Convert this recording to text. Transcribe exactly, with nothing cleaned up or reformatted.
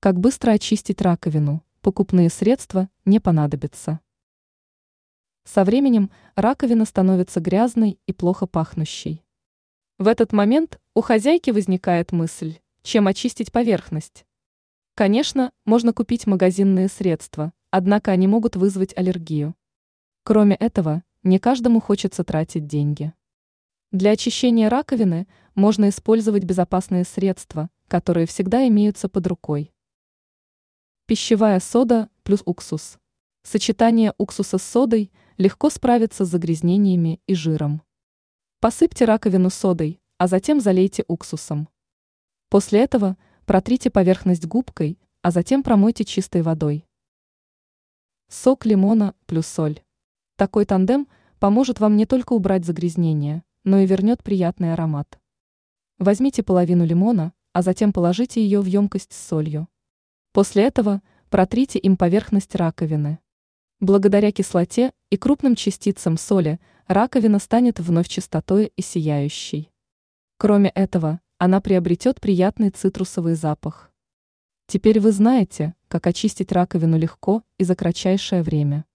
Как быстро очистить раковину? Покупные средства не понадобятся. Со временем раковина становится грязной и плохо пахнущей. В этот момент у хозяйки возникает мысль, чем очистить поверхность. Конечно, можно купить магазинные средства, однако они могут вызвать аллергию. Кроме этого, не каждому хочется тратить деньги. Для очищения раковины можно использовать безопасные средства, которые всегда имеются под рукой. Пищевая сода плюс уксус. Сочетание уксуса с содой легко справится с загрязнениями и жиром. Посыпьте раковину содой, а затем залейте уксусом. После этого протрите поверхность губкой, а затем промойте чистой водой. Сок лимона плюс соль. Такой тандем поможет вам не только убрать загрязнения, но и вернет приятный аромат. Возьмите половину лимона, а затем положите ее в емкость с солью. После этого протрите им поверхность раковины. Благодаря кислоте и крупным частицам соли раковина станет вновь чистотой и сияющей. Кроме этого, она приобретет приятный цитрусовый запах. Теперь вы знаете, как очистить раковину легко и за кратчайшее время.